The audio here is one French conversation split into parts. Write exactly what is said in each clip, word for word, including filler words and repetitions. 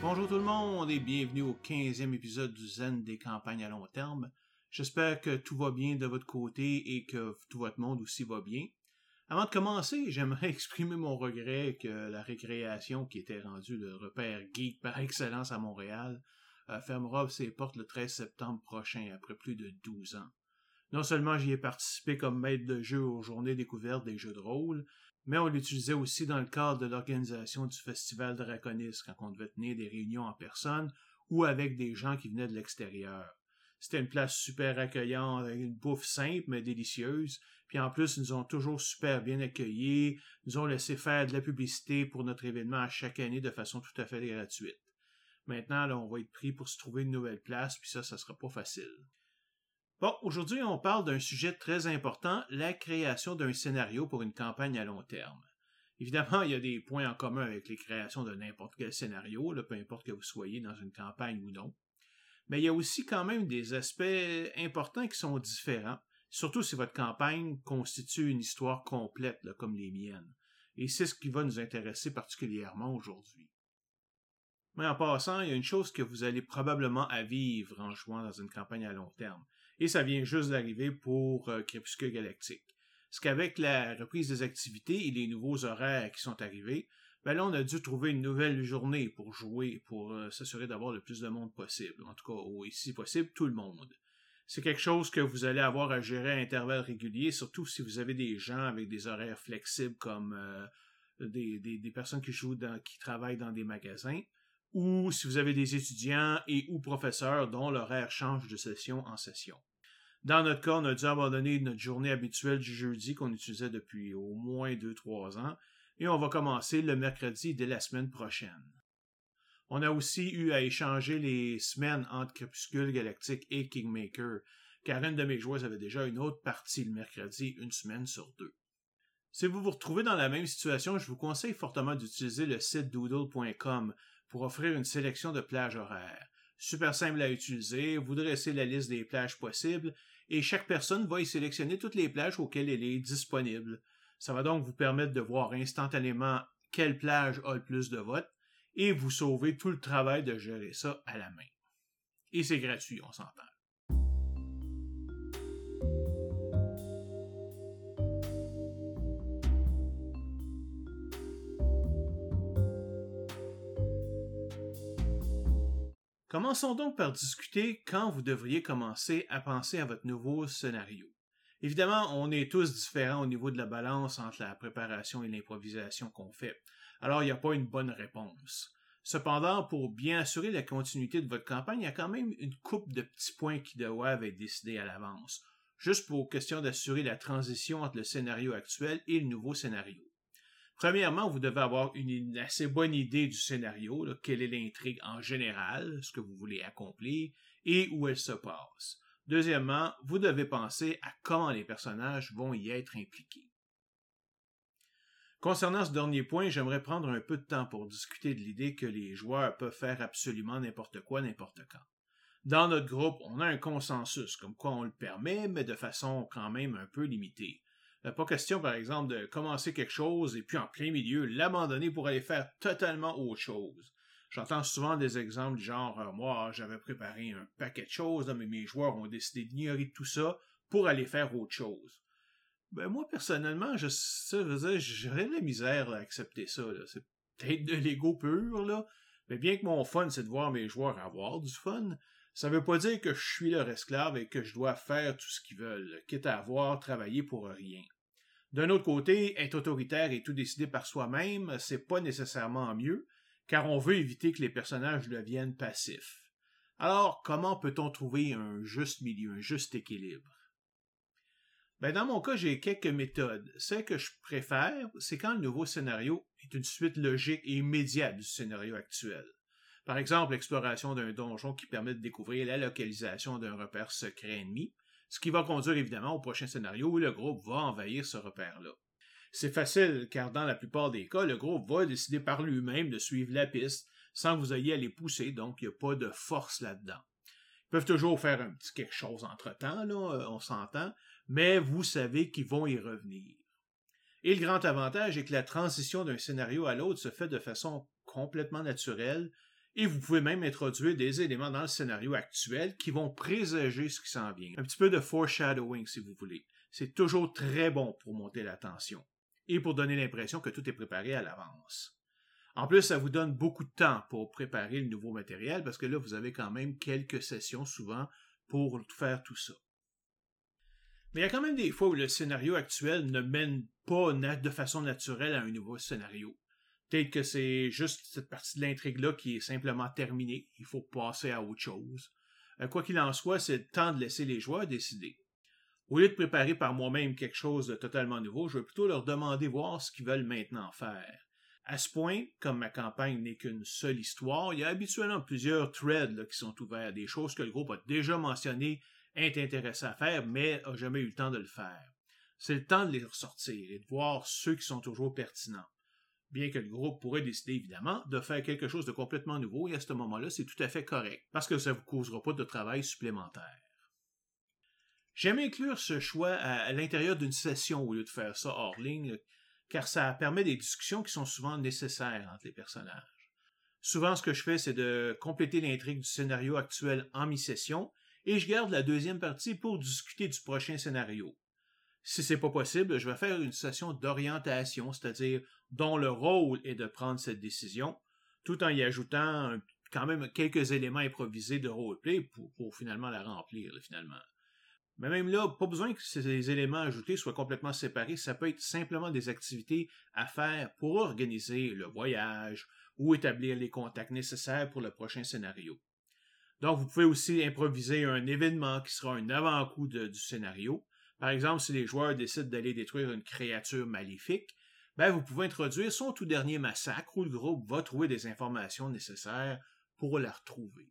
Bonjour tout le monde et bienvenue au quinzième épisode du Zen des campagnes à long terme. J'espère que tout va bien de votre côté et que tout votre monde aussi va bien. Avant de commencer, j'aimerais exprimer mon regret que la récréation, qui était rendue le repère geek par excellence à Montréal, euh, fermera ses portes le treize septembre prochain, après plus de douze ans. Non seulement j'y ai participé comme maître de jeu aux journées découvertes des jeux de rôle, mais on l'utilisait aussi dans le cadre de l'organisation du Festival Draconis, quand on devait tenir des réunions en personne ou avec des gens qui venaient de l'extérieur. C'était une place super accueillante, avec une bouffe simple mais délicieuse, puis en plus, ils nous ont toujours super bien accueillis, nous ont laissé faire de la publicité pour notre événement à chaque année de façon tout à fait gratuite. Maintenant, là, on va être pris pour se trouver une nouvelle place, puis ça, ça sera pas facile. Bon, aujourd'hui, on parle d'un sujet très important, la création d'un scénario pour une campagne à long terme. Évidemment, il y a des points en commun avec les créations de n'importe quel scénario, là, peu importe que vous soyez dans une campagne ou non. Mais il y a aussi quand même des aspects importants qui sont différents, surtout si votre campagne constitue une histoire complète, là, comme les miennes. Et c'est ce qui va nous intéresser particulièrement aujourd'hui. Mais en passant, il y a une chose que vous allez probablement à vivre en jouant dans une campagne à long terme. Et ça vient juste d'arriver pour euh, Crépuscule Galactique. C'est qu'avec la reprise des activités et les nouveaux horaires qui sont arrivés, ben là, on a dû trouver une nouvelle journée pour jouer, pour euh, s'assurer d'avoir le plus de monde possible. En tout cas, ou si possible, tout le monde. C'est quelque chose que vous allez avoir à gérer à intervalles réguliers, surtout si vous avez des gens avec des horaires flexibles comme euh, des, des, des personnes qui jouent dans, qui travaillent dans des magasins, ou si vous avez des étudiants et ou professeurs dont l'horaire change de session en session. Dans notre cas, on a dû abandonner notre journée habituelle du jeudi qu'on utilisait depuis au moins deux trois ans, et on va commencer le mercredi dès la semaine prochaine. On a aussi eu à échanger les semaines entre Crépuscule Galactique et Kingmaker, car une de mes joueuses avait déjà une autre partie le mercredi, une semaine sur deux. Si vous vous retrouvez dans la même situation, je vous conseille fortement d'utiliser le site doodle point com pour offrir une sélection de plages horaires. Super simple à utiliser, vous dressez la liste des plages possibles et chaque personne va y sélectionner toutes les plages auxquelles elle est disponible. Ça va donc vous permettre de voir instantanément quelle plage a le plus de votes et vous sauver tout le travail de gérer ça à la main. Et c'est gratuit, on s'entend. Commençons donc par discuter quand vous devriez commencer à penser à votre nouveau scénario. Évidemment, on est tous différents au niveau de la balance entre la préparation et l'improvisation qu'on fait, alors il n'y a pas une bonne réponse. Cependant, pour bien assurer la continuité de votre campagne, il y a quand même une couple de petits points qui doivent être décidés à l'avance, juste pour question d'assurer la transition entre le scénario actuel et le nouveau scénario. Premièrement, vous devez avoir une, une assez bonne idée du scénario, là, quelle est l'intrigue en général, ce que vous voulez accomplir, et où elle se passe. Deuxièmement, vous devez penser à comment les personnages vont y être impliqués. Concernant ce dernier point, j'aimerais prendre un peu de temps pour discuter de l'idée que les joueurs peuvent faire absolument n'importe quoi, n'importe quand. Dans notre groupe, on a un consensus, comme quoi on le permet, mais de façon quand même un peu limitée. Pas question, par exemple, de commencer quelque chose et puis en plein milieu, l'abandonner pour aller faire totalement autre chose. J'entends souvent des exemples du genre euh, « Moi, j'avais préparé un paquet de choses, là, mais mes joueurs ont décidé d'ignorer tout ça pour aller faire autre chose. » Ben moi, personnellement, je, ça, je veux dire, j'aurais de la misère à accepter ça. Là. C'est peut-être de l'ego pur, là, mais bien que mon fun, c'est de voir mes joueurs avoir du fun, ça veut pas dire que je suis leur esclave et que je dois faire tout ce qu'ils veulent, quitte à avoir travaillé pour rien. D'un autre côté, être autoritaire et tout décider par soi-même, c'est pas nécessairement mieux, car on veut éviter que les personnages deviennent passifs. Alors, comment peut-on trouver un juste milieu, un juste équilibre? Ben, dans mon cas, j'ai quelques méthodes. Celle que je préfère, c'est quand le nouveau scénario est une suite logique et immédiate du scénario actuel. Par exemple, l'exploration d'un donjon qui permet de découvrir la localisation d'un repère secret ennemi, ce qui va conduire évidemment au prochain scénario où le groupe va envahir ce repère-là. C'est facile, car dans la plupart des cas, le groupe va décider par lui-même de suivre la piste, sans que vous ayez à les pousser, donc il n'y a pas de force là-dedans. Ils peuvent toujours faire un petit quelque chose entre-temps, là, on s'entend, mais vous savez qu'ils vont y revenir. Et le grand avantage est que la transition d'un scénario à l'autre se fait de façon complètement naturelle Et vous pouvez même introduire des éléments dans le scénario actuel qui vont présager ce qui s'en vient. Un petit peu de foreshadowing, si vous voulez. C'est toujours très bon pour monter la tension et pour donner l'impression que tout est préparé à l'avance. En plus, ça vous donne beaucoup de temps pour préparer le nouveau matériel parce que là, vous avez quand même quelques sessions souvent pour faire tout ça. Mais il y a quand même des fois où le scénario actuel ne mène pas de façon naturelle à un nouveau scénario. Peut-être que c'est juste cette partie de l'intrigue-là qui est simplement terminée. Il faut passer à autre chose. Quoi qu'il en soit, c'est le temps de laisser les joueurs décider. Au lieu de préparer par moi-même quelque chose de totalement nouveau, je vais plutôt leur demander voir ce qu'ils veulent maintenant faire. À ce point, comme ma campagne n'est qu'une seule histoire, il y a habituellement plusieurs threads là, qui sont ouverts, des choses que le groupe a déjà mentionnées, est intéressé à faire, mais n'a jamais eu le temps de le faire. C'est le temps de les ressortir et de voir ceux qui sont toujours pertinents. Bien que le groupe pourrait décider, évidemment, de faire quelque chose de complètement nouveau, et à ce moment-là, c'est tout à fait correct, parce que ça ne vous causera pas de travail supplémentaire. J'aime inclure ce choix à l'intérieur d'une session au lieu de faire ça hors ligne, car ça permet des discussions qui sont souvent nécessaires entre les personnages. Souvent, ce que je fais, c'est de compléter l'intrigue du scénario actuel en mi-session, et je garde la deuxième partie pour discuter du prochain scénario. Si c'est pas possible, je vais faire une session d'orientation, c'est-à-dire dont le rôle est de prendre cette décision, tout en y ajoutant un, quand même quelques éléments improvisés de roleplay pour, pour finalement la remplir, là, finalement. Mais même là, pas besoin que ces éléments ajoutés soient complètement séparés, ça peut être simplement des activités à faire pour organiser le voyage ou établir les contacts nécessaires pour le prochain scénario. Donc, vous pouvez aussi improviser un événement qui sera un avant-goût de, du scénario. Par exemple, si les joueurs décident d'aller détruire une créature maléfique, ben vous pouvez introduire son tout dernier massacre où le groupe va trouver des informations nécessaires pour la retrouver.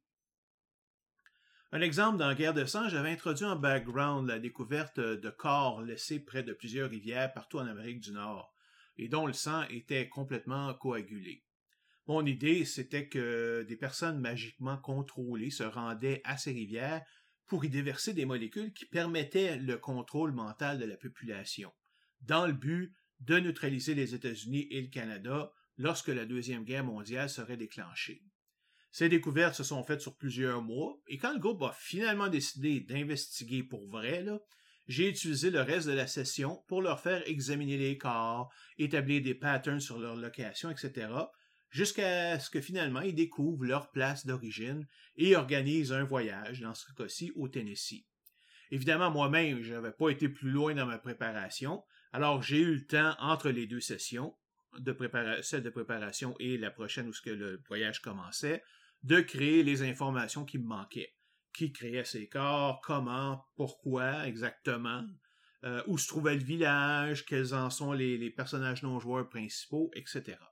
Un exemple dans Guerre de sang, j'avais introduit en background la découverte de corps laissés près de plusieurs rivières partout en Amérique du Nord, et dont le sang était complètement coagulé. Mon idée, c'était que des personnes magiquement contrôlées se rendaient à ces rivières pour y déverser des molécules qui permettaient le contrôle mental de la population, dans le but de neutraliser les États-Unis et le Canada lorsque la Deuxième Guerre mondiale serait déclenchée. Ces découvertes se sont faites sur plusieurs mois, et quand le groupe a finalement décidé d'investiguer pour vrai, là, j'ai utilisé le reste de la session pour leur faire examiner les corps, établir des patterns sur leur location, et cetera, jusqu'à ce que finalement ils découvrent leur place d'origine et organisent un voyage, dans ce cas-ci au Tennessee. Évidemment, moi-même, je n'avais pas été plus loin dans ma préparation, alors j'ai eu le temps entre les deux sessions, de prépara- celle de préparation et la prochaine où ce que le voyage commençait, de créer les informations qui me manquaient. Qui créait ces corps, comment, pourquoi exactement, euh, où se trouvait le village, quels en sont les, les personnages non-joueurs principaux, et cetera.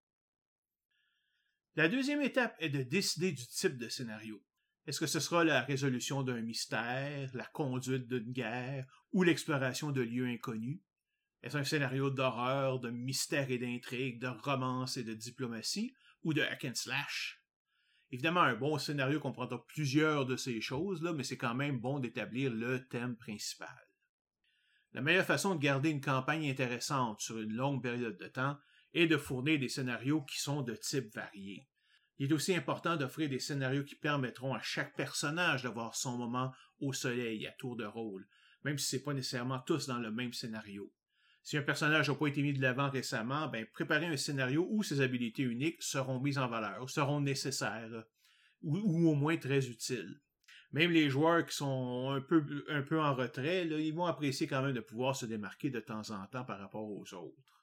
La deuxième étape est de décider du type de scénario. Est-ce que ce sera la résolution d'un mystère, la conduite d'une guerre ou l'exploration de lieux inconnus? Est-ce un scénario d'horreur, de mystère et d'intrigue, de romance et de diplomatie ou de hack and slash? Évidemment, un bon scénario comprendra plusieurs de ces choses-là, mais c'est quand même bon d'établir le thème principal. La meilleure façon de garder une campagne intéressante sur une longue période de temps est de fournir des scénarios qui sont de type varié. Il est aussi important d'offrir des scénarios qui permettront à chaque personnage d'avoir son moment au soleil à tour de rôle, même si ce n'est pas nécessairement tous dans le même scénario. Si un personnage n'a pas été mis de l'avant récemment, ben, préparez un scénario où ses habilités uniques seront mises en valeur, seront nécessaires, ou, ou au moins très utiles. Même les joueurs qui sont un peu, un peu en retrait, là, ils vont apprécier quand même de pouvoir se démarquer de temps en temps par rapport aux autres.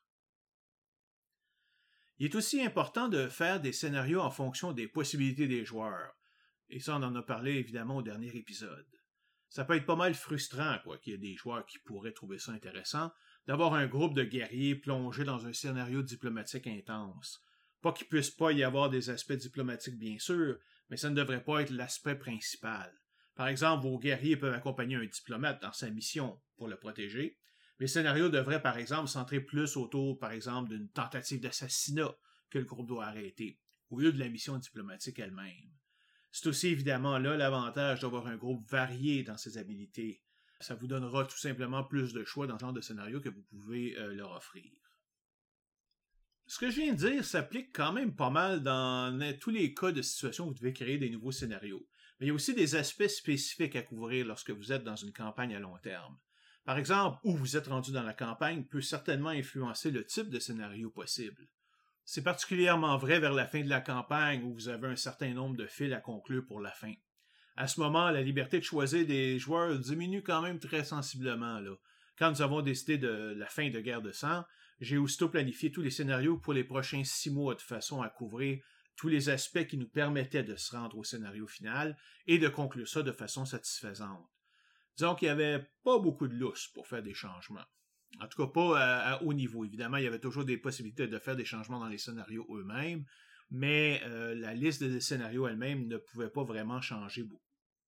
Il est aussi important de faire des scénarios en fonction des possibilités des joueurs. Et ça, on en a parlé évidemment au dernier épisode. Ça peut être pas mal frustrant, quoi, qu'il y ait des joueurs qui pourraient trouver ça intéressant, d'avoir un groupe de guerriers plongé dans un scénario diplomatique intense. Pas qu'il puisse pas y avoir des aspects diplomatiques, bien sûr, mais ça ne devrait pas être l'aspect principal. Par exemple, vos guerriers peuvent accompagner un diplomate dans sa mission pour le protéger, mais le scénario devrait, par exemple, centrer plus autour, par exemple, d'une tentative d'assassinat que le groupe doit arrêter, au lieu de la mission diplomatique elle-même. C'est aussi évidemment là l'avantage d'avoir un groupe varié dans ses habilités. Ça vous donnera tout simplement plus de choix dans ce genre de scénario que vous pouvez euh, leur offrir. Ce que je viens de dire s'applique quand même pas mal dans tous les cas de situation où vous devez créer des nouveaux scénarios. Mais il y a aussi des aspects spécifiques à couvrir lorsque vous êtes dans une campagne à long terme. Par exemple, où vous êtes rendu dans la campagne peut certainement influencer le type de scénario possible. C'est particulièrement vrai vers la fin de la campagne où vous avez un certain nombre de fils à conclure pour la fin. À ce moment, la liberté de choisir des joueurs diminue quand même très sensiblement, là. Quand nous avons décidé de la fin de Guerre de sang, j'ai aussitôt planifié tous les scénarios pour les prochains six mois de façon à couvrir tous les aspects qui nous permettaient de se rendre au scénario final et de conclure ça de façon satisfaisante. Disons qu'il n'y avait pas beaucoup de lousse pour faire des changements. En tout cas, pas à, à haut niveau. Évidemment, il y avait toujours des possibilités de faire des changements dans les scénarios eux-mêmes, mais euh, la liste des scénarios elle-même ne pouvait pas vraiment changer beaucoup.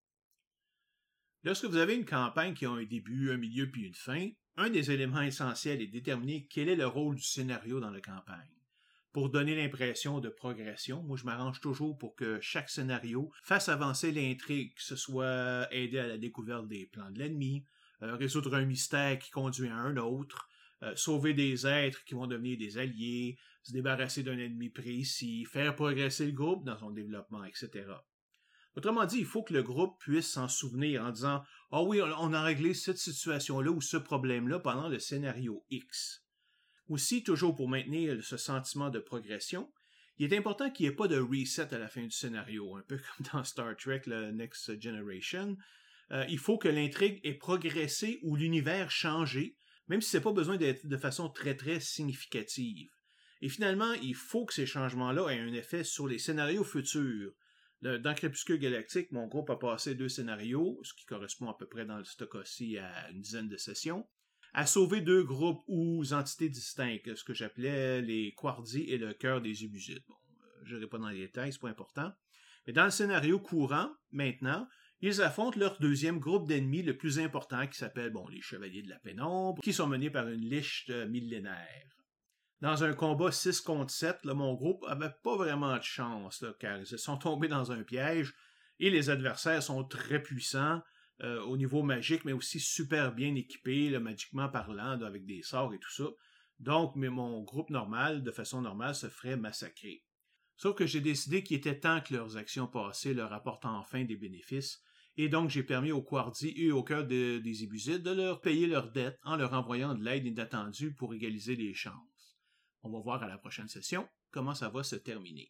Lorsque vous avez une campagne qui a un début, un milieu puis une fin, un des éléments essentiels est de déterminer quel est le rôle du scénario dans la campagne. Pour donner l'impression de progression, moi je m'arrange toujours pour que chaque scénario fasse avancer l'intrigue, que ce soit aider à la découverte des plans de l'ennemi, euh, résoudre un mystère qui conduit à un autre, euh, sauver des êtres qui vont devenir des alliés, se débarrasser d'un ennemi précis, faire progresser le groupe dans son développement, et cetera. Autrement dit, il faut que le groupe puisse s'en souvenir en disant « Ah oui, on a réglé cette situation-là ou ce problème-là pendant le scénario X ». Aussi, toujours pour maintenir ce sentiment de progression, il est important qu'il n'y ait pas de reset à la fin du scénario, un peu comme dans Star Trek, le Next Generation. Euh, il faut que l'intrigue ait progressé ou l'univers changé, même si ce n'est pas besoin d'être de façon très très significative. Et finalement, il faut que ces changements-là aient un effet sur les scénarios futurs. Dans Crépuscule Galactique, mon groupe a passé deux scénarios, ce qui correspond à peu près dans ce cas-ci à une dizaine de sessions, à sauver deux groupes ou entités distinctes, ce que j'appelais les Quardi et le cœur des Ubusides. Bon, je n'irai pas dans les détails, c'est pas important. Mais dans le scénario courant, maintenant, ils affrontent leur deuxième groupe d'ennemis le plus important qui s'appelle bon, les Chevaliers de la Pénombre, qui sont menés par une liche millénaire. Dans un combat six contre sept, là, mon groupe avait pas vraiment de chance, là, car ils sont tombés dans un piège et les adversaires sont très puissants euh, au niveau magique, mais aussi super bien équipés, là, magiquement parlant, là, avec des sorts et tout ça. Donc, mais mon groupe normal, de façon normale, se ferait massacrer. Sauf que j'ai décidé qu'il était temps que leurs actions passées leur apportent enfin des bénéfices, et donc j'ai permis aux Quardi et au cœur de, des Ébusides de leur payer leurs dettes en leur envoyant de l'aide inattendue pour égaliser les chances. On va voir à la prochaine session comment ça va se terminer.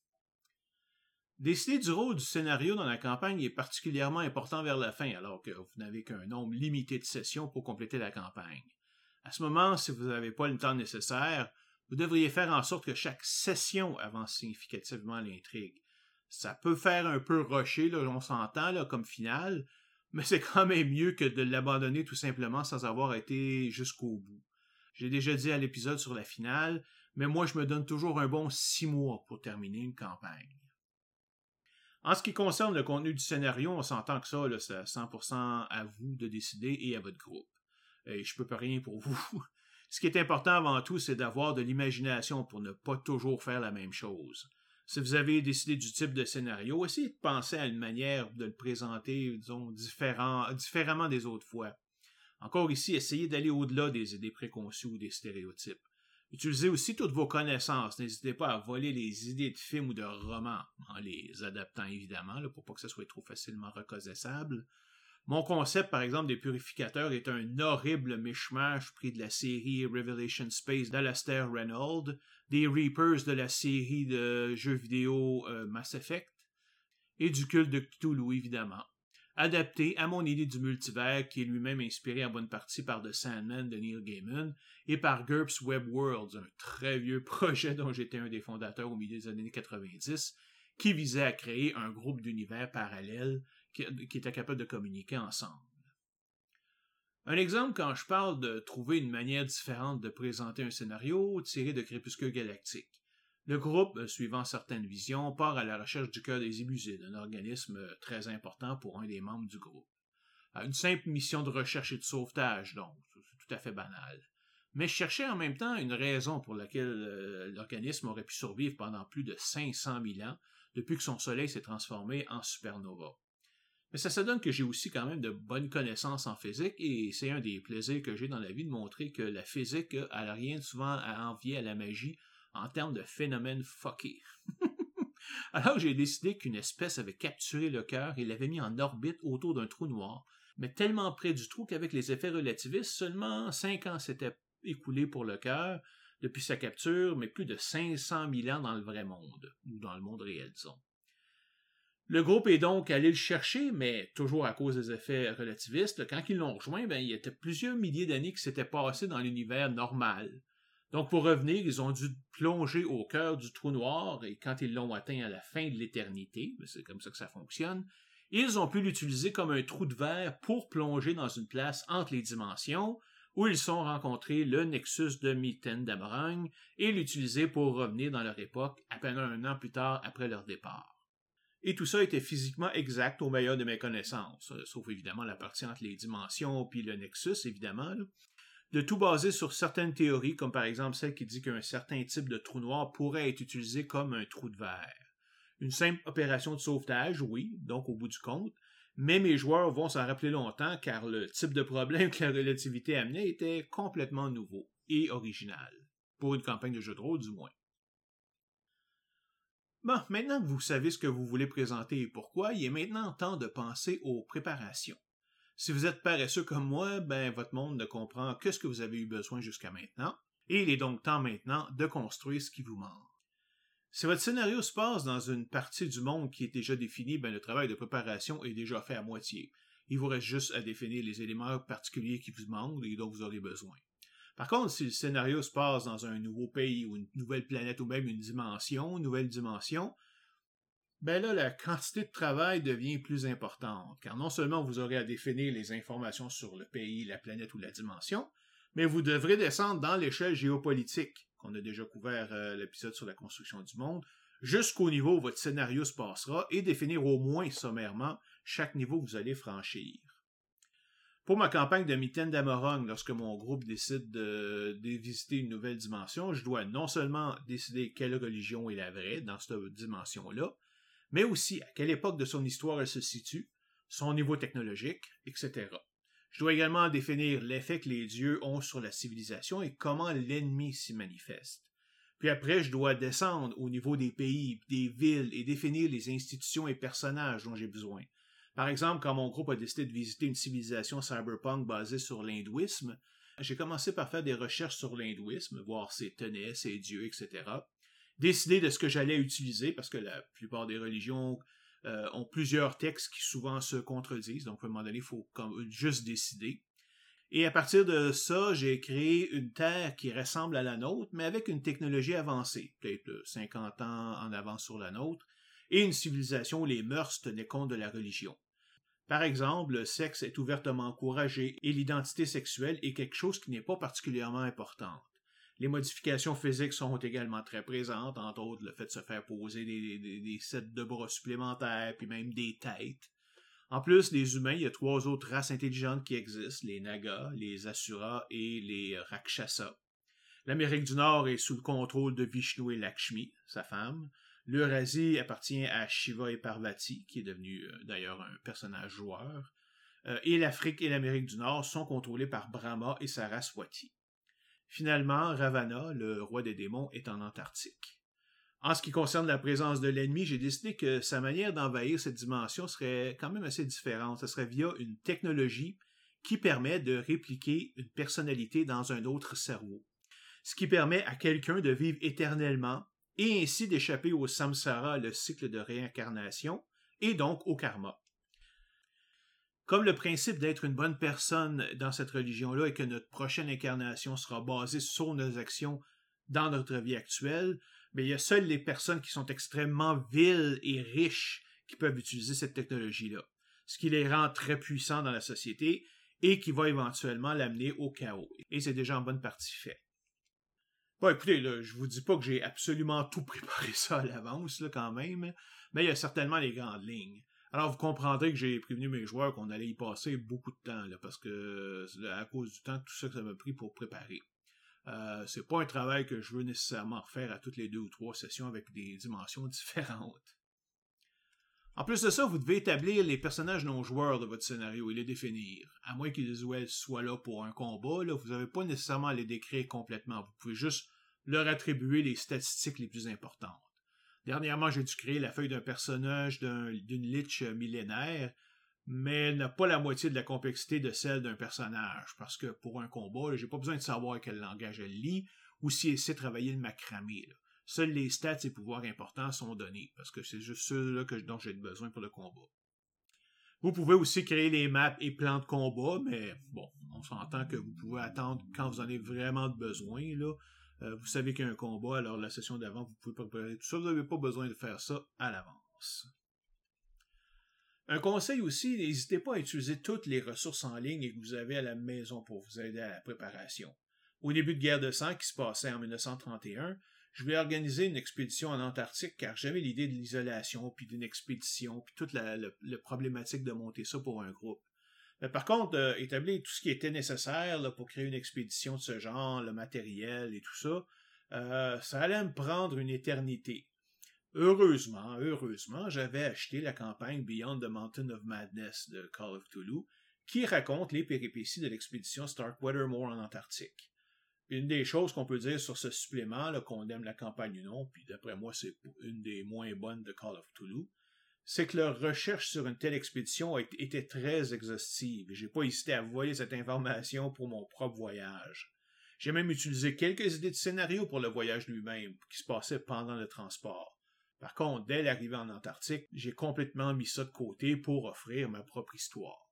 Décider du rôle du scénario dans la campagne est particulièrement important vers la fin, alors que vous n'avez qu'un nombre limité de sessions pour compléter la campagne. À ce moment, si vous n'avez pas le temps nécessaire, vous devriez faire en sorte que chaque session avance significativement l'intrigue. Ça peut faire un peu rusher, là, on s'entend, là, comme finale, mais c'est quand même mieux que de l'abandonner tout simplement sans avoir été jusqu'au bout. J'ai déjà dit à l'épisode sur la finale, mais moi je me donne toujours un bon six mois pour terminer une campagne. En ce qui concerne le contenu du scénario, on s'entend que ça, là, c'est à cent pour cent à vous de décider et à votre groupe. Et je peux pas rien pour vous. Ce qui est important avant tout, c'est d'avoir de l'imagination pour ne pas toujours faire la même chose. Si vous avez décidé du type de scénario, essayez de penser à une manière de le présenter, disons, différent, différemment des autres fois. Encore ici, essayez d'aller au-delà des idées préconçues ou des stéréotypes. Utilisez aussi toutes vos connaissances. N'hésitez pas à voler les idées de films ou de romans, en les adaptant évidemment, là, pour pas que ce soit trop facilement reconnaissable. Mon concept, par exemple, des purificateurs est un horrible mishmash pris de la série Revelation Space d'Alastair Reynolds, des Reapers de la série de jeux vidéo euh, Mass Effect, et du culte de Cthulhu, évidemment. Adapté à mon idée du multivers, qui est lui-même inspiré en bonne partie par The Sandman de Neil Gaiman, et par GURPS Web Worlds, un très vieux projet dont j'étais un des fondateurs au milieu des années quatre-vingt-dix, qui visait à créer un groupe d'univers parallèles qui, qui était capable de communiquer ensemble. Un exemple quand je parle de trouver une manière différente de présenter un scénario tiré de Crépuscule Galactique. Le groupe, suivant certaines visions, part à la recherche du cœur des Ébusides, un organisme très important pour un des membres du groupe. Une simple mission de recherche et de sauvetage, donc, c'est tout à fait banal. Mais je cherchais en même temps une raison pour laquelle euh, l'organisme aurait pu survivre pendant plus de cinq cent mille ans, depuis que son soleil s'est transformé en supernova. Mais ça se donne que j'ai aussi quand même de bonnes connaissances en physique, et c'est un des plaisirs que j'ai dans la vie de montrer que la physique a rien souvent à envier à la magie, en termes de phénomène fucké. Alors j'ai décidé qu'une espèce avait capturé le cœur et l'avait mis en orbite autour d'un trou noir, mais tellement près du trou qu'avec les effets relativistes, seulement cinq ans s'étaient écoulés pour le cœur depuis sa capture, mais plus de cinq cent mille ans dans le vrai monde, ou dans le monde réel, disons. Le groupe est donc allé le chercher, mais toujours à cause des effets relativistes, quand ils l'ont rejoint, ben, il y a plusieurs milliers d'années qui s'étaient passées dans l'univers normal. Donc pour revenir, ils ont dû plonger au cœur du trou noir, et quand ils l'ont atteint à la fin de l'éternité, c'est comme ça que ça fonctionne, ils ont pu l'utiliser comme un trou de verre pour plonger dans une place entre les dimensions, où ils ont rencontré le Nexus de Miten Damorang et l'utiliser pour revenir dans leur époque à peine un an plus tard après leur départ. Et tout ça était physiquement exact au meilleur de mes connaissances, sauf évidemment la partie entre les dimensions puis le Nexus, évidemment. Là. De tout basé sur certaines théories, comme par exemple celle qui dit qu'un certain type de trou noir pourrait être utilisé comme un trou de verre. Une simple opération de sauvetage, oui, donc au bout du compte, mais mes joueurs vont s'en rappeler longtemps car le type de problème que la relativité amenait était complètement nouveau et original, pour une campagne de jeu de rôle du moins. Bon, maintenant que vous savez ce que vous voulez présenter et pourquoi, il est maintenant temps de penser aux préparations. Si vous êtes paresseux comme moi, ben votre monde ne comprend que ce que vous avez eu besoin jusqu'à maintenant, et il est donc temps maintenant de construire ce qui vous manque. Si votre scénario se passe dans une partie du monde qui est déjà définie, ben le travail de préparation est déjà fait à moitié. Il vous reste juste à définir les éléments particuliers qui vous manquent et dont vous aurez besoin. Par contre, si le scénario se passe dans un nouveau pays ou une nouvelle planète ou même une dimension, une nouvelle dimension, ben là, la quantité de travail devient plus importante, car non seulement vous aurez à définir les informations sur le pays, la planète ou la dimension, mais vous devrez descendre dans l'échelle géopolitique, qu'on a déjà couvert euh, l'épisode sur la construction du monde, jusqu'au niveau où votre scénario se passera et définir au moins sommairement chaque niveau que vous allez franchir. Pour ma campagne de Miten Damorang, lorsque mon groupe décide de, de visiter une nouvelle dimension, je dois non seulement décider quelle religion est la vraie dans cette dimension-là, mais aussi à quelle époque de son histoire elle se situe, son niveau technologique, et cetera. Je dois également définir l'effet que les dieux ont sur la civilisation et comment l'ennemi s'y manifeste. Puis après, je dois descendre au niveau des pays, des villes et définir les institutions et personnages dont j'ai besoin. Par exemple, quand mon groupe a décidé de visiter une civilisation cyberpunk basée sur l'hindouisme, j'ai commencé par faire des recherches sur l'hindouisme, voir ses tenets, ses dieux, et cetera. Décider de ce que j'allais utiliser, parce que la plupart des religions euh, ont plusieurs textes qui souvent se contredisent, donc à un moment donné, il faut comme, juste décider. Et à partir de ça, j'ai créé une terre qui ressemble à la nôtre, mais avec une technologie avancée, peut-être cinquante ans en avance sur la nôtre, et une civilisation où les mœurs tenaient compte de la religion. Par exemple, le sexe est ouvertement encouragé et l'identité sexuelle est quelque chose qui n'est pas particulièrement importante. Les modifications physiques sont également très présentes, entre autres le fait de se faire poser des, des, des sets de bras supplémentaires, puis même des têtes. En plus, les humains, il y a trois autres races intelligentes qui existent, les Nagas, les Asuras et les Rakshasas. L'Amérique du Nord est sous le contrôle de Vishnu et Lakshmi, sa femme. L'Eurasie appartient à Shiva et Parvati, qui est devenu euh, d'ailleurs un personnage joueur. Euh, et l'Afrique et l'Amérique du Nord sont contrôlés par Brahma et Saraswati. Finalement, Ravana, le roi des démons, est en Antarctique. En ce qui concerne la présence de l'ennemi, j'ai décidé que sa manière d'envahir cette dimension serait quand même assez différente. Ce serait via une technologie qui permet de répliquer une personnalité dans un autre cerveau. Ce qui permet à quelqu'un de vivre éternellement et ainsi d'échapper au samsara, le cycle de réincarnation, et donc au karma. Comme le principe d'être une bonne personne dans cette religion-là et que notre prochaine incarnation sera basée sur nos actions dans notre vie actuelle, mais il y a seules les personnes qui sont extrêmement viles et riches qui peuvent utiliser cette technologie-là, ce qui les rend très puissants dans la société et qui va éventuellement l'amener au chaos. Et c'est déjà en bonne partie fait. Bon, écoutez, là, je vous dis pas que j'ai absolument tout préparé ça à l'avance, là, quand même, mais il y a certainement les grandes lignes. Alors, vous comprendrez que j'ai prévenu mes joueurs qu'on allait y passer beaucoup de temps, là, parce que à cause du temps, tout ça que ça m'a pris pour préparer. Euh, c'est pas un travail que je veux nécessairement refaire à toutes les deux ou trois sessions avec des dimensions différentes. En plus de ça, vous devez établir les personnages non-joueurs de votre scénario et les définir. À moins qu'ils soient là pour un combat, là, vous n'avez pas nécessairement à les décrire complètement. Vous pouvez juste leur attribuer les statistiques les plus importantes. Dernièrement, j'ai dû créer la feuille d'un personnage d'un, d'une lich millénaire, mais elle n'a pas la moitié de la complexité de celle d'un personnage, parce que pour un combat, là, j'ai pas besoin de savoir quel langage elle lit ou si elle sait travailler le macramé. Là. Seuls les stats et pouvoirs importants sont donnés, parce que c'est juste ceux-là que, dont j'ai besoin pour le combat. Vous pouvez aussi créer les maps et plans de combat, mais bon, on s'entend que vous pouvez attendre quand vous en avez vraiment besoin, là. Euh, vous savez qu'il y a un combat, alors la session d'avant, vous pouvez préparer tout ça. Vous n'avez pas besoin de faire ça à l'avance. Un conseil aussi, n'hésitez pas à utiliser toutes les ressources en ligne que vous avez à la maison pour vous aider à la préparation. Au début de Guerre de sang, qui se passait en dix-neuf cent trente et un, je voulais organiser une expédition en Antarctique car j'avais l'idée de l'isolation, puis d'une expédition, puis toute la, la, la problématique de monter ça pour un groupe. Mais par contre, euh, établir tout ce qui était nécessaire là, pour créer une expédition de ce genre, le matériel et tout ça, euh, ça allait me prendre une éternité. Heureusement, heureusement, j'avais acheté la campagne Beyond the Mountain of Madness de Call of Cthulhu, qui raconte les péripéties de l'expédition Starkweather-Moore en Antarctique. Une des choses qu'on peut dire sur ce supplément, là, qu'on aime la campagne ou non, puis d'après moi, c'est une des moins bonnes de Call of Cthulhu, c'est que leur recherche sur une telle expédition était très exhaustive, et j'ai pas hésité à voyer cette information pour mon propre voyage. J'ai même utilisé quelques idées de scénario pour le voyage lui-même, qui se passait pendant le transport. Par contre, dès l'arrivée en Antarctique, j'ai complètement mis ça de côté pour offrir ma propre histoire.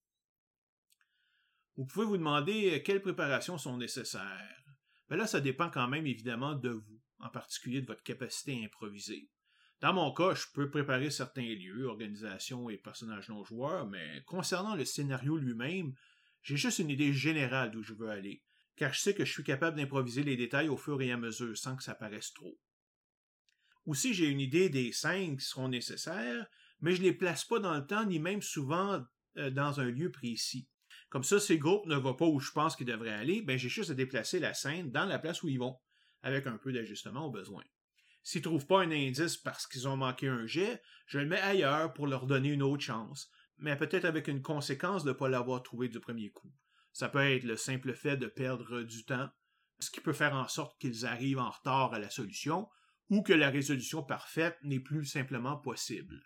Vous pouvez vous demander quelles préparations sont nécessaires. Ben là, ça dépend quand même évidemment de vous, en particulier de votre capacité à improviser. Dans mon cas, je peux préparer certains lieux, organisations et personnages non joueurs, mais concernant le scénario lui-même, j'ai juste une idée générale d'où je veux aller, car je sais que je suis capable d'improviser les détails au fur et à mesure sans que ça paraisse trop. Aussi, j'ai une idée des scènes qui seront nécessaires, mais je ne les place pas dans le temps, ni même souvent euh, dans un lieu précis. Comme ça, si le groupe ne va pas où je pense qu'il devrait aller, ben j'ai juste à déplacer la scène dans la place où ils vont, avec un peu d'ajustement au besoin. S'ils ne trouvent pas un indice parce qu'ils ont manqué un jet, je le mets ailleurs pour leur donner une autre chance, mais peut-être avec une conséquence de ne pas l'avoir trouvé du premier coup. Ça peut être le simple fait de perdre du temps, ce qui peut faire en sorte qu'ils arrivent en retard à la solution, ou que la résolution parfaite n'est plus simplement possible.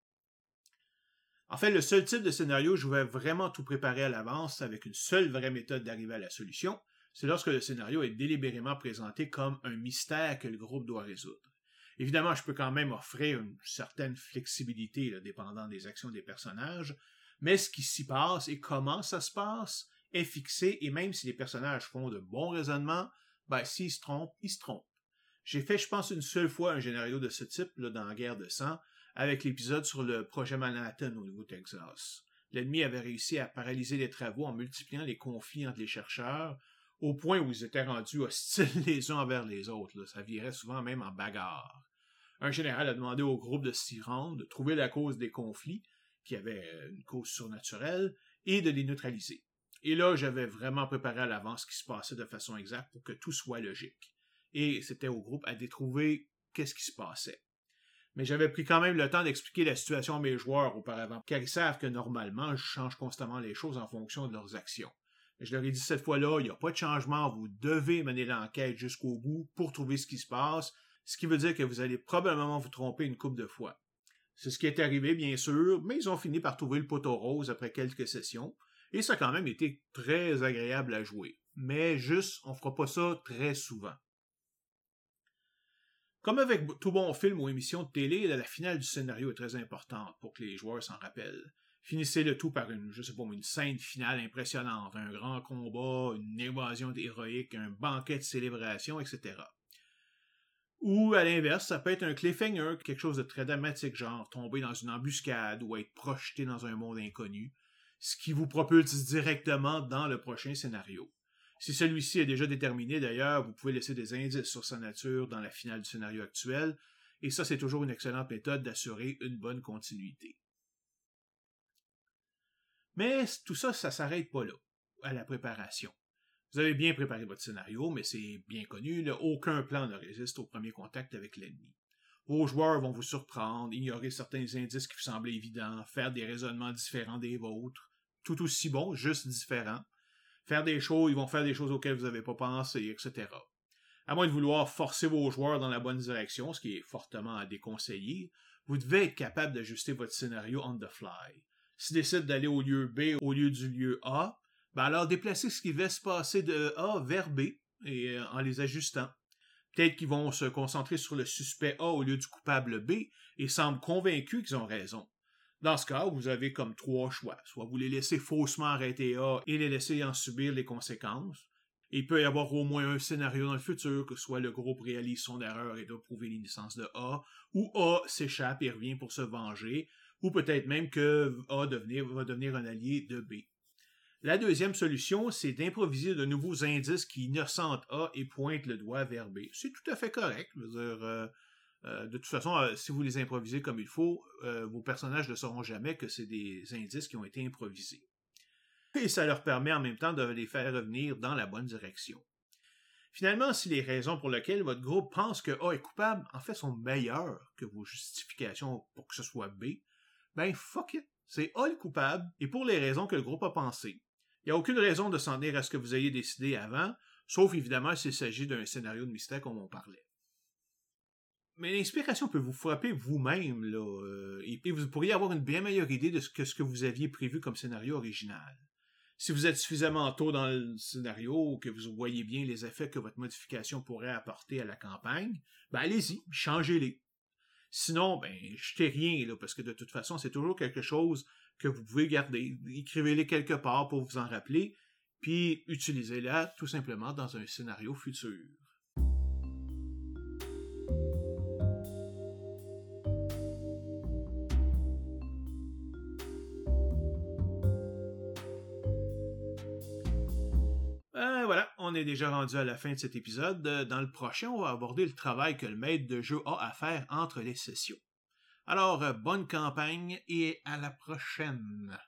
En fait, le seul type de scénario où je vais vraiment tout préparer à l'avance avec une seule vraie méthode d'arriver à la solution, c'est lorsque le scénario est délibérément présenté comme un mystère que le groupe doit résoudre. Évidemment, je peux quand même offrir une certaine flexibilité là, dépendant des actions des personnages, mais ce qui s'y passe et comment ça se passe est fixé, et même si les personnages font de bons raisonnements, ben, s'ils se trompent, ils se trompent. J'ai fait, je pense, une seule fois un scénario de ce type là, dans Guerre de sang, avec l'épisode sur le projet Manhattan au Nouveau-Texas. L'ennemi avait réussi à paralyser les travaux en multipliant les conflits entre les chercheurs, au point où ils étaient rendus hostiles les uns envers les autres. Là. Ça virait souvent même en bagarre. Un général a demandé au groupe de s'y rendre, de trouver la cause des conflits, qui avait une cause surnaturelle, et de les neutraliser. Et là, j'avais vraiment préparé à l'avance ce qui se passait de façon exacte pour que tout soit logique. Et c'était au groupe à détrouver qu'est-ce qui se passait. Mais j'avais pris quand même le temps d'expliquer la situation à mes joueurs auparavant, car ils savent que normalement, je change constamment les choses en fonction de leurs actions. Mais je leur ai dit cette fois-là, il n'y a pas de changement, vous devez mener l'enquête jusqu'au bout pour trouver ce qui se passe, ce qui veut dire que vous allez probablement vous tromper une couple de fois. C'est ce qui est arrivé, bien sûr, mais ils ont fini par trouver le poteau rose après quelques sessions, et ça a quand même été très agréable à jouer. Mais juste, on ne fera pas ça très souvent. Comme avec tout bon film ou émission de télé, la finale du scénario est très importante pour que les joueurs s'en rappellent. Finissez le tout par une, je sais pas, une scène finale impressionnante, un grand combat, une évasion héroïque, un banquet de célébration, et cetera. Ou, à l'inverse, ça peut être un cliffhanger, quelque chose de très dramatique, genre tomber dans une embuscade ou être projeté dans un monde inconnu, ce qui vous propulse directement dans le prochain scénario. Si celui-ci est déjà déterminé, d'ailleurs, vous pouvez laisser des indices sur sa nature dans la finale du scénario actuel, et ça, c'est toujours une excellente méthode d'assurer une bonne continuité. Mais tout ça, ça ne s'arrête pas là, à la préparation. Vous avez bien préparé votre scénario, mais c'est bien connu, là, aucun plan ne résiste au premier contact avec l'ennemi. Vos joueurs vont vous surprendre, ignorer certains indices qui vous semblaient évidents, faire des raisonnements différents des vôtres, tout aussi bons, juste différents. Faire des choses, ils vont faire des choses auxquelles vous n'avez pas pensé, et cetera. À moins de vouloir forcer vos joueurs dans la bonne direction, ce qui est fortement à déconseiller, vous devez être capable d'ajuster votre scénario on the fly. S'ils décident d'aller au lieu B au lieu du lieu A, ben alors déplacez ce qui va se passer de A vers B et euh, en les ajustant. Peut-être qu'ils vont se concentrer sur le suspect A au lieu du coupable B et semblent convaincus qu'ils ont raison. Dans ce cas, vous avez comme trois choix. Soit vous les laissez faussement arrêter A et les laissez en subir les conséquences. Il peut y avoir au moins un scénario dans le futur, que soit le groupe réalise son erreur et doit prouver l'innocence de A, ou A s'échappe et revient pour se venger, ou peut-être même que A devenir, va devenir un allié de B. La deuxième solution, c'est d'improviser de nouveaux indices qui innocentent A et pointent le doigt vers B. C'est tout à fait correct. Je veux dire, euh, euh, de toute façon, euh, si vous les improvisez comme il faut, euh, vos personnages ne sauront jamais que c'est des indices qui ont été improvisés. Et ça leur permet en même temps de les faire revenir dans la bonne direction. Finalement, si les raisons pour lesquelles votre groupe pense que A est coupable, en fait, sont meilleures que vos justifications pour que ce soit B, ben fuck it, c'est A le coupable, et pour les raisons que le groupe a pensées. Il n'y a aucune raison de s'en tenir à ce que vous ayez décidé avant, sauf évidemment s'il s'agit d'un scénario de mystère comme on parlait. Mais l'inspiration peut vous frapper vous-même, là, euh, et vous pourriez avoir une bien meilleure idée de ce que, ce que vous aviez prévu comme scénario original. Si vous êtes suffisamment tôt dans le scénario ou que vous voyez bien les effets que votre modification pourrait apporter à la campagne, ben allez-y, changez-les. Sinon, ben, jetez rien, là, parce que de toute façon, c'est toujours quelque chose que vous pouvez garder. Écrivez-les quelque part pour vous en rappeler, puis utilisez-la tout simplement dans un scénario futur. Euh, voilà, on est déjà rendu à la fin de cet épisode. Dans le prochain, on va aborder le travail que le maître de jeu a à faire entre les sessions. Alors, bonne campagne et à la prochaine!